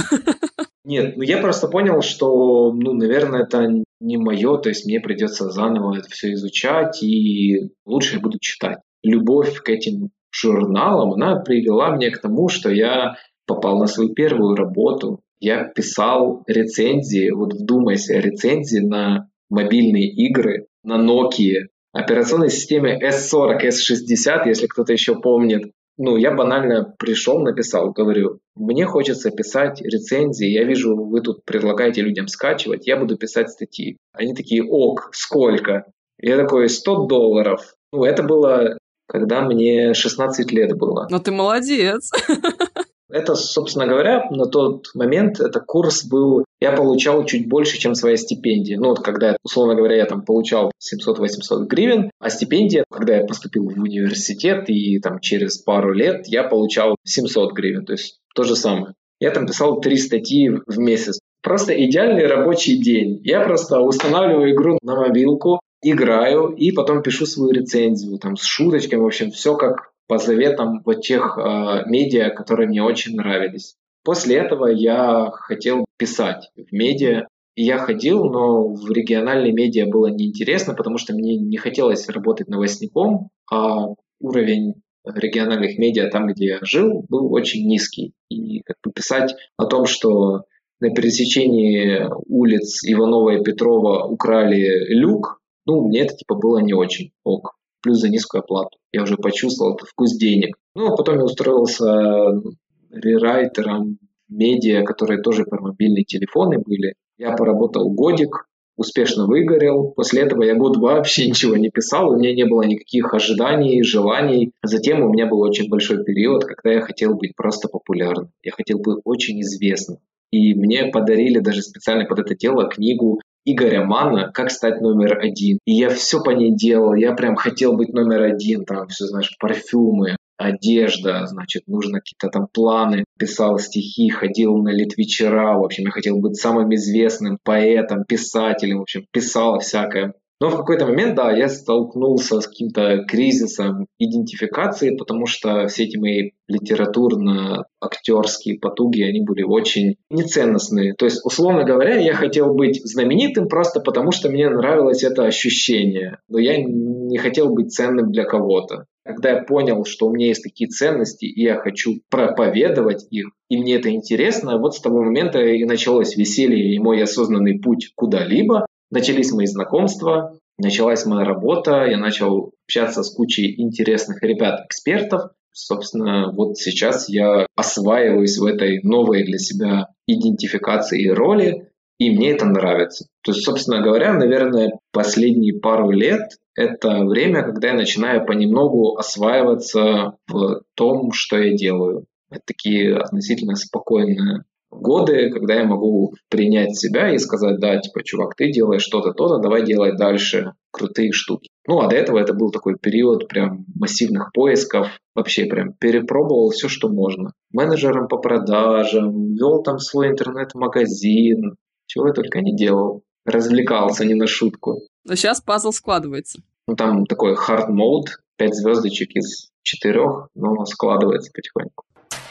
S2: Нет, ну я просто понял, что, ну, наверное, это не мое, то есть мне придется заново это все изучать, и лучше я буду читать. Любовь к этим журналам, она привела меня к тому, что я попал на свою первую работу. Я писал рецензии, вот вдумайся, рецензии на мобильные игры, на Nokia, операционной системе эс сорок, эс шестьдесят, если кто-то еще помнит. Ну, я банально пришел, написал, говорю, мне хочется писать рецензии, я вижу, вы тут предлагаете людям скачивать, я буду писать статьи. Они такие, ок, сколько? Я такой, сто долларов. Ну, это было, когда мне шестнадцать лет было.
S1: Ну, ты молодец.
S2: Это, собственно говоря, на тот момент это курс был, я получал чуть больше, чем своя стипендия. Ну вот когда, условно говоря, я там получал семьсот-восемьсот гривен, а стипендия, когда я поступил в университет и там через пару лет я получал семьсот гривен, то есть то же самое. Я там писал три статьи в месяц. Просто идеальный рабочий день. Я просто устанавливаю игру на мобилку, играю и потом пишу свою рецензию там с шуточками, в общем, все как по заветам вот тех э, медиа, которые мне очень нравились. После этого я хотел писать в медиа. И я ходил, но в региональные медиа было неинтересно, потому что мне не хотелось работать новостником, а уровень региональных медиа там, где я жил, был очень низкий. И как бы писать о том, что на пересечении улиц Иванова и Петрова украли люк, ну, мне это типа было не очень ок. Плюс за низкую оплату. Я уже почувствовал этот вкус денег. Ну, а потом я устроился рерайтером медиа, которые тоже про мобильные телефоны были. Я поработал годик, успешно выгорел. После этого я год вообще ничего не писал, у меня не было никаких ожиданий, желаний. Затем у меня был очень большой период, когда я хотел быть просто популярным. Я хотел быть очень известным. И мне подарили даже специально под это дело книгу Игоря Манна «Как стать номер один». И я все по ней делал, я прям хотел быть номер один, там все, знаешь, парфюмы, одежда, значит, нужно какие-то там планы, писал стихи, ходил на литвечера, в общем, я хотел быть самым известным поэтом, писателем, в общем, писал всякое. Но в какой-то момент, да, я столкнулся с каким-то кризисом идентификации, потому что все эти мои литературно-актерские потуги, они были очень неценностные. То есть, условно говоря, я хотел быть знаменитым просто потому, что мне нравилось это ощущение, но я не хотел быть ценным для кого-то. Когда я понял, что у меня есть такие ценности, и я хочу проповедовать их, и мне это интересно, вот с того момента и началось веселье и мой осознанный путь куда-либо. Начались мои знакомства, началась моя работа, я начал общаться с кучей интересных ребят-экспертов. Собственно, вот сейчас я осваиваюсь в этой новой для себя идентификации и роли, и мне это нравится. То есть, собственно говоря, наверное, последние пару лет это время, когда я начинаю понемногу осваиваться в том, что я делаю. Это такие относительно спокойные годы, когда я могу принять себя и сказать: да, типа, чувак, ты делаешь что-то, то-то, давай делать дальше крутые штуки. Ну, а до этого это был такой период прям массивных поисков, вообще прям перепробовал все, что можно. Менеджером по продажам, вел там свой интернет-магазин, чего я только не делал. Развлекался не на шутку.
S1: Но сейчас пазл складывается.
S2: Ну, там такой hard mode, пять звездочек из четырех, но складывается потихоньку.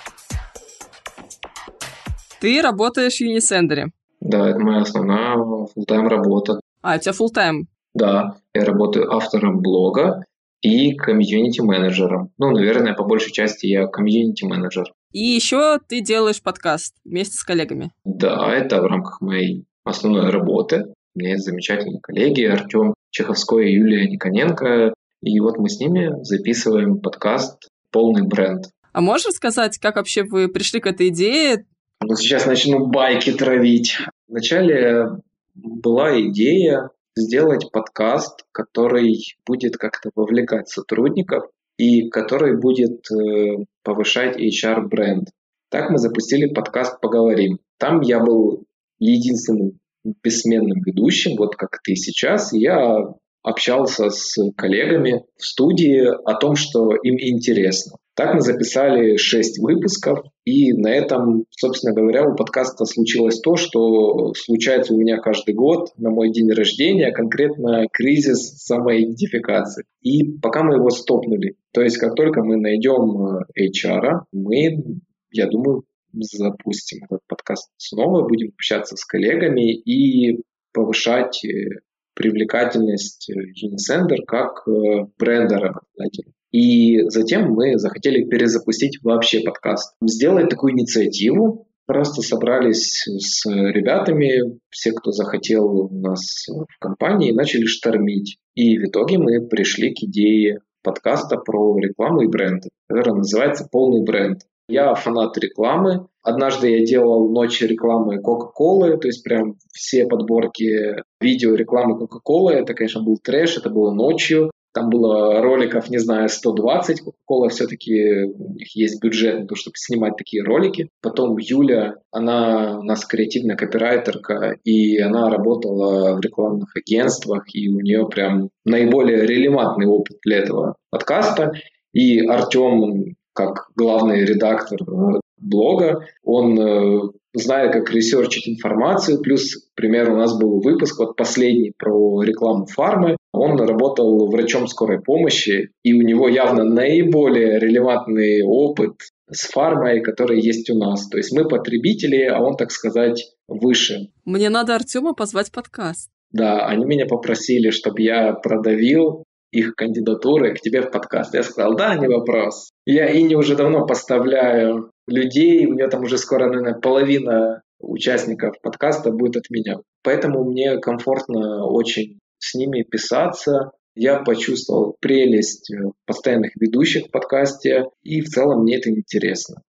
S1: Ты работаешь в Unisender.
S2: Да, это моя основная full-time работа.
S1: А, у тебя full-time?
S2: Да, я работаю автором блога и комьюнити-менеджером. Ну, наверное, по большей части я комьюнити-менеджер.
S1: И еще ты делаешь подкаст вместе с коллегами.
S2: Да, это в рамках моей основной работы. У меня есть замечательные коллеги Артем Чеховской и Юлия Никоненко. И вот мы с ними записываем подкаст «Полный бренд».
S1: А можешь рассказать, как вообще вы пришли к этой идее?
S2: Ну, сейчас начну байки травить. Вначале была идея сделать подкаст, который будет как-то вовлекать сотрудников и который будет э, повышать эйч ар-бренд. Так мы запустили подкаст «Поговорим». Там я был единственным бессменным ведущим, вот как ты сейчас. Я общался с коллегами в студии о том, что им интересно. Так мы записали шесть выпусков, и на этом, собственно говоря, у подкаста случилось то, что случается у меня каждый год на мой день рождения, конкретно кризис самоидентификации. И пока мы его стопнули, то есть как только мы найдем эйч ар, мы, я думаю, запустим этот подкаст снова, будем общаться с коллегами и повышать привлекательность Unisender как бренда работодателя. И затем мы захотели перезапустить вообще подкаст. Сделать такую инициативу. Просто собрались с ребятами, все, кто захотел у нас в компании, начали штормить. И в итоге мы пришли к идее подкаста про рекламу и бренд, который называется «Полный бренд». Я фанат рекламы. Однажды я делал ночь рекламы Кока-Колы, то есть прям все подборки видео рекламы Кока-Колы. Это, конечно, был трэш, это было ночью. Там было роликов, не знаю, сто двадцать. Coca-Cola все-таки, у них есть бюджет на то, чтобы снимать такие ролики. Потом Юля, она у нас креативная копирайтерка, и она работала в рекламных агентствах, и у нее прям наиболее релевантный опыт для этого подкаста. И Артем, как главный редактор блога, он знает, как ресерчить информацию. Плюс, к примеру, у нас был выпуск, вот последний, про рекламу фармы. Он работал врачом скорой помощи, и у него явно наиболее релевантный опыт с фармой, который есть у нас. То есть мы потребители, а он, так сказать, выше.
S1: Мне надо Артема позвать в подкаст.
S2: Да, они меня попросили, чтобы я продавил их кандидатуры к тебе в подкаст. Я сказал: да, не вопрос. Я Ине уже давно поставляю людей, у нее там уже скоро, наверное, половина участников подкаста будет от меня. Поэтому мне комфортно очень с ними писаться. Я почувствовал прелесть постоянных ведущих в подкасте, и в целом мне это интересно.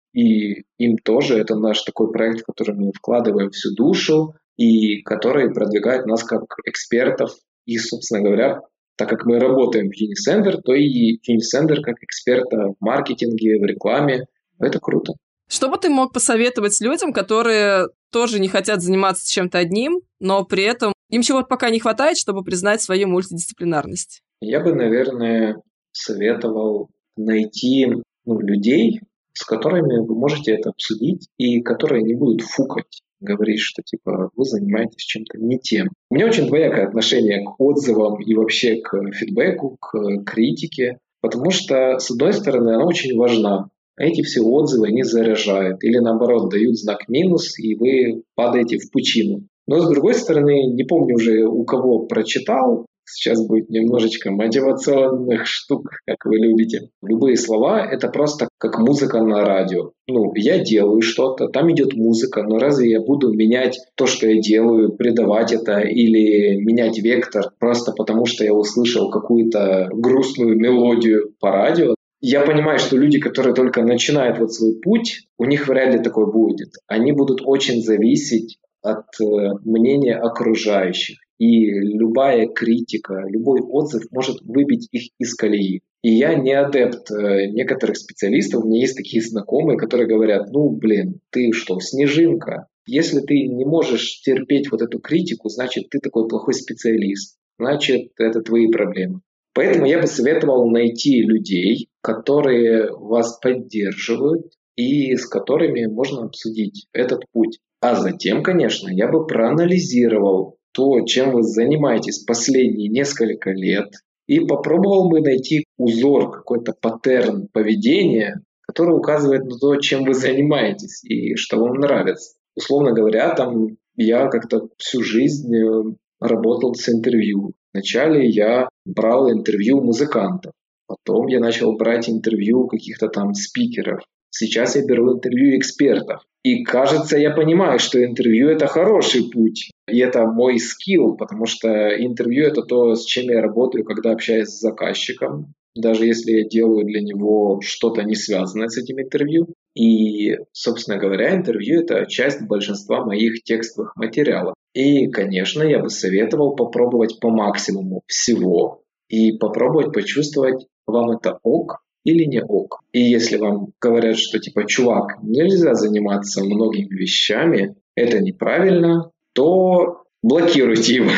S2: И им тоже это наш такой проект, в который мы вкладываем всю душу и который продвигает нас как экспертов. И, собственно говоря, так как мы работаем в Unicenter, то и Unicenter как эксперта в маркетинге, в рекламе. Это круто.
S1: Что бы ты мог посоветовать людям, которые тоже не хотят заниматься чем-то одним, но при этом им чего-то пока не хватает, чтобы признать свою мультидисциплинарность?
S2: Я бы, наверное, советовал найти ну, людей, с которыми вы можете это обсудить, и которые не будут фукать, говорить, что типа вы занимаетесь чем-то не тем. У меня очень двоякое отношение к отзывам и вообще к фидбэку, к критике, потому что, с одной стороны, она очень важна. Эти все отзывы не заряжают или, наоборот, дают знак минус, и вы падаете в пучину. Но, с другой стороны, не помню уже, у кого прочитал, сейчас будет немножечко мотивационных штук, как вы любите. Любые слова — это просто как музыка на радио. Ну, я делаю что-то, там идет музыка, но разве я буду менять то, что я делаю, придавать это или менять вектор просто потому, что я услышал какую-то грустную мелодию по радио? Я понимаю, что люди, которые только начинают вот свой путь, у них вряд ли такое будет. Они будут очень зависеть от э, мнения окружающих. И любая критика, любой отзыв может выбить их из колеи. И я не адепт э, некоторых специалистов. У меня есть такие знакомые, которые говорят, ну, блин, ты что, снежинка? Если ты не можешь терпеть вот эту критику, значит, ты такой плохой специалист. Значит, это твои проблемы. Поэтому я бы советовал найти людей, которые вас поддерживают и с которыми можно обсудить этот путь. А затем, конечно, я бы проанализировал то, чем вы занимаетесь последние несколько лет, и попробовал бы найти узор, какой-то паттерн поведения, который указывает на то, чем вы занимаетесь и что вам нравится. Условно говоря, там я как-то всю жизнь работал с интервью. Вначале я брал интервью музыкантов, потом я начал брать интервью каких-то там спикеров. Сейчас я беру интервью экспертов. И кажется, я понимаю, что интервью — это хороший путь. И это мой скилл, потому что интервью — это то, с чем я работаю, когда общаюсь с заказчиком, даже если я делаю для него что-то не связанное с этим интервью. И, собственно говоря, интервью — это часть большинства моих текстовых материалов. И, конечно, я бы советовал попробовать по максимуму всего и попробовать почувствовать, вам это ок или не ок. И если вам говорят, что типа, чувак, нельзя заниматься многими вещами, это неправильно, то блокируйте его.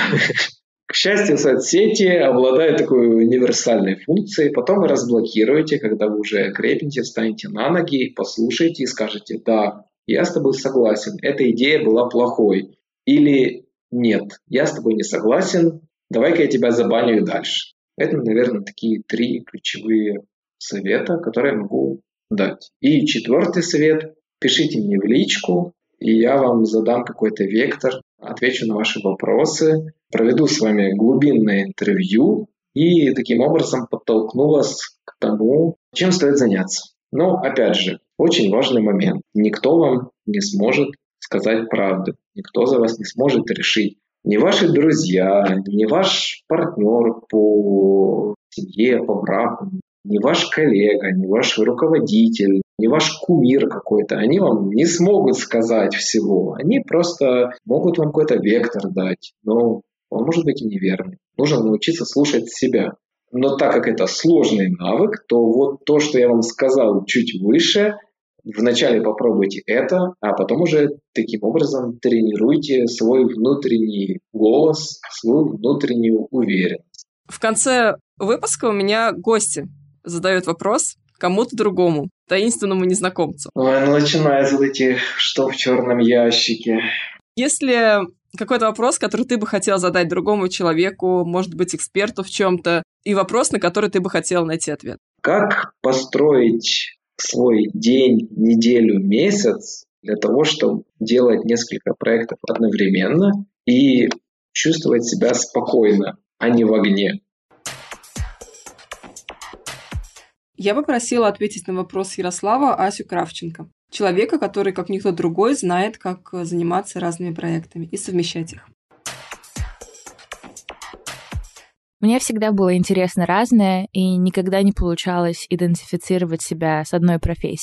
S2: К счастью, соцсети обладают такой универсальной функцией. Потом вы разблокируете, когда вы уже крепнете, встанете на ноги, послушаете и скажете, да, я с тобой согласен, эта идея была плохой. Или нет, я с тобой не согласен, давай-ка я тебя забаню и дальше. Это, наверное, такие три ключевые совета, которые я могу дать. И четвертый совет. Пишите мне в личку, и я вам задам какой-то вектор, отвечу на ваши вопросы, проведу с вами глубинное интервью и таким образом подтолкну вас к тому, чем стоит заняться. Но, опять же, очень важный момент. Никто вам не сможет сказать правду. Никто за вас не сможет решить. Ни ваши друзья, ни ваш партнер по семье, по браку, ни ваш коллега, ни ваш руководитель, ни ваш кумир какой-то, они вам не смогут сказать всего. Они просто могут вам какой-то вектор дать, но он может быть и неверный. Нужно научиться слушать себя. Но так как это сложный навык, то вот то, что я вам сказал чуть выше, вначале попробуйте это, а потом уже таким образом тренируйте свой внутренний голос, свою внутреннюю уверенность.
S1: В конце выпуска у меня гости задают вопрос кому-то другому, таинственному незнакомцу.
S2: Ой, ну начинаются вот эти «что в черном ящике».
S1: Если какой-то вопрос, который ты бы хотел задать другому человеку, может быть, эксперту в чем-то, и вопрос, на который ты бы хотел найти ответ.
S2: Как построить свой день, неделю, месяц для того, чтобы делать несколько проектов одновременно и чувствовать себя спокойно, а не в огне?
S1: Я попросила ответить на вопрос Ярослава Асю Кравченко, человека, который, как никто другой, знает, как заниматься разными проектами и совмещать их.
S3: Мне всегда было интересно разное, и никогда не получалось идентифицировать себя с одной профессией.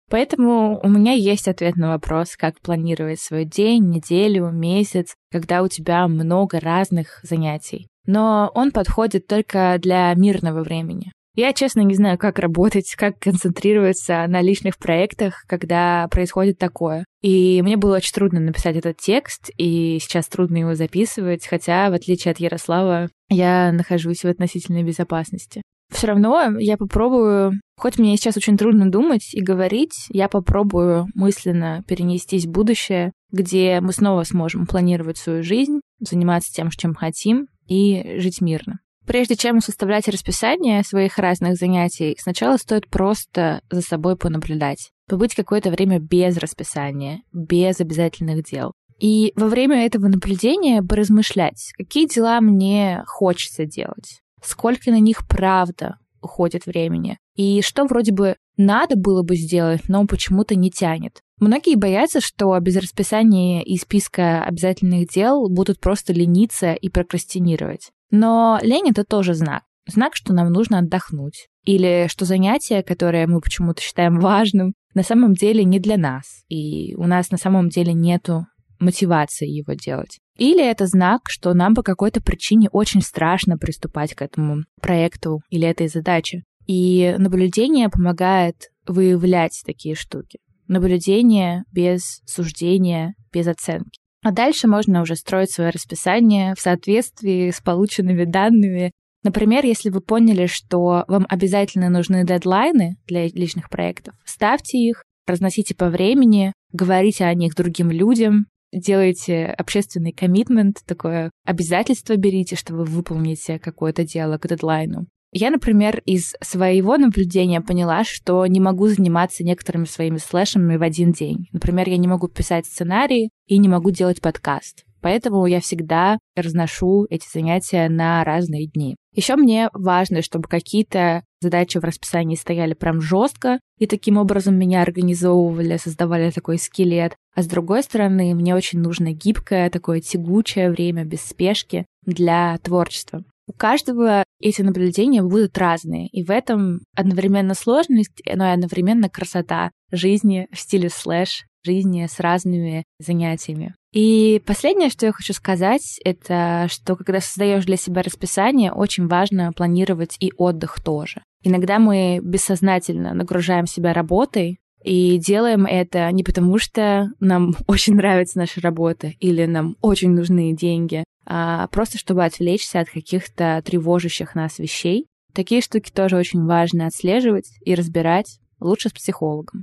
S3: Поэтому у меня есть ответ на вопрос, как планировать свой день, неделю, месяц, когда у тебя много разных занятий. Но он подходит только для мирного времени. Я, честно, не знаю, как работать, как концентрироваться на личных проектах, когда происходит такое. И мне было очень трудно написать этот текст, и сейчас трудно его записывать, хотя, в отличие от Ярослава, я нахожусь в относительной безопасности. Все равно я попробую, хоть мне сейчас очень трудно думать и говорить, я попробую мысленно перенестись в будущее, где мы снова сможем планировать свою жизнь, заниматься тем, чем хотим, и жить мирно. Прежде чем составлять расписание своих разных занятий, сначала стоит просто за собой понаблюдать, побыть какое-то время без расписания, без обязательных дел. И во время этого наблюдения поразмышлять, какие дела мне хочется делать, сколько на них правда уходит времени, и что вроде бы надо было бы сделать, но почему-то не тянет. Многие боятся, что без расписания и списка обязательных дел будут просто лениться и прокрастинировать. Но лень — это тоже знак. Знак, что нам нужно отдохнуть. Или что занятие, которое мы почему-то считаем важным, на самом деле не для нас. И у нас на самом деле нету мотивации его делать. Или это знак, что нам по какой-то причине очень страшно приступать к этому проекту или этой задаче. И наблюдение помогает выявлять такие штуки. Наблюдение без суждения, без оценки. А дальше можно уже строить свое расписание в соответствии с полученными данными. Например, если вы поняли, что вам обязательно нужны дедлайны для личных проектов, ставьте их, разносите по времени, говорите о них другим людям, делайте общественный коммитмент, такое обязательство берите, что вы выполните какое-то дело к дедлайну. Я, например, из своего наблюдения поняла, что не могу заниматься некоторыми своими слэшами в один день. Например, я не могу писать сценарий и не могу делать подкаст. Поэтому я всегда разношу эти занятия на разные дни. Еще мне важно, чтобы какие-то задачи в расписании стояли прям жестко, и таким образом меня организовывали, создавали такой скелет. А с другой стороны, мне очень нужно гибкое, такое тягучее время без спешки для творчества. У каждого эти наблюдения будут разные, и в этом одновременно сложность, но и одновременно красота жизни в стиле слэш, жизни с разными занятиями. И последнее, что я хочу сказать, это что когда создаешь для себя расписание, очень важно планировать и отдых тоже. Иногда мы бессознательно нагружаем себя работой, и делаем это не потому, что нам очень нравится наша работа или нам очень нужны деньги, а просто чтобы отвлечься от каких-то тревожащих нас вещей. Такие штуки тоже очень важно отслеживать и разбирать, лучше с психологом.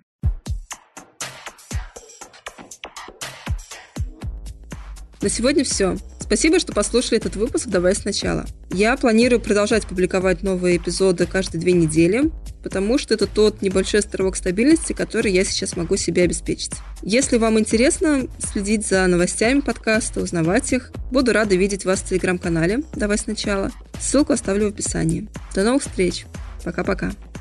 S1: На сегодня все. Спасибо, что послушали этот выпуск «Давай сначала». Я планирую продолжать публиковать новые эпизоды каждые две недели, потому что это тот небольшой островок стабильности, который я сейчас могу себе обеспечить. Если вам интересно следить за новостями подкаста, узнавать их, буду рада видеть вас в телеграм-канале «Давай сначала». Ссылку оставлю в описании. До новых встреч. Пока-пока.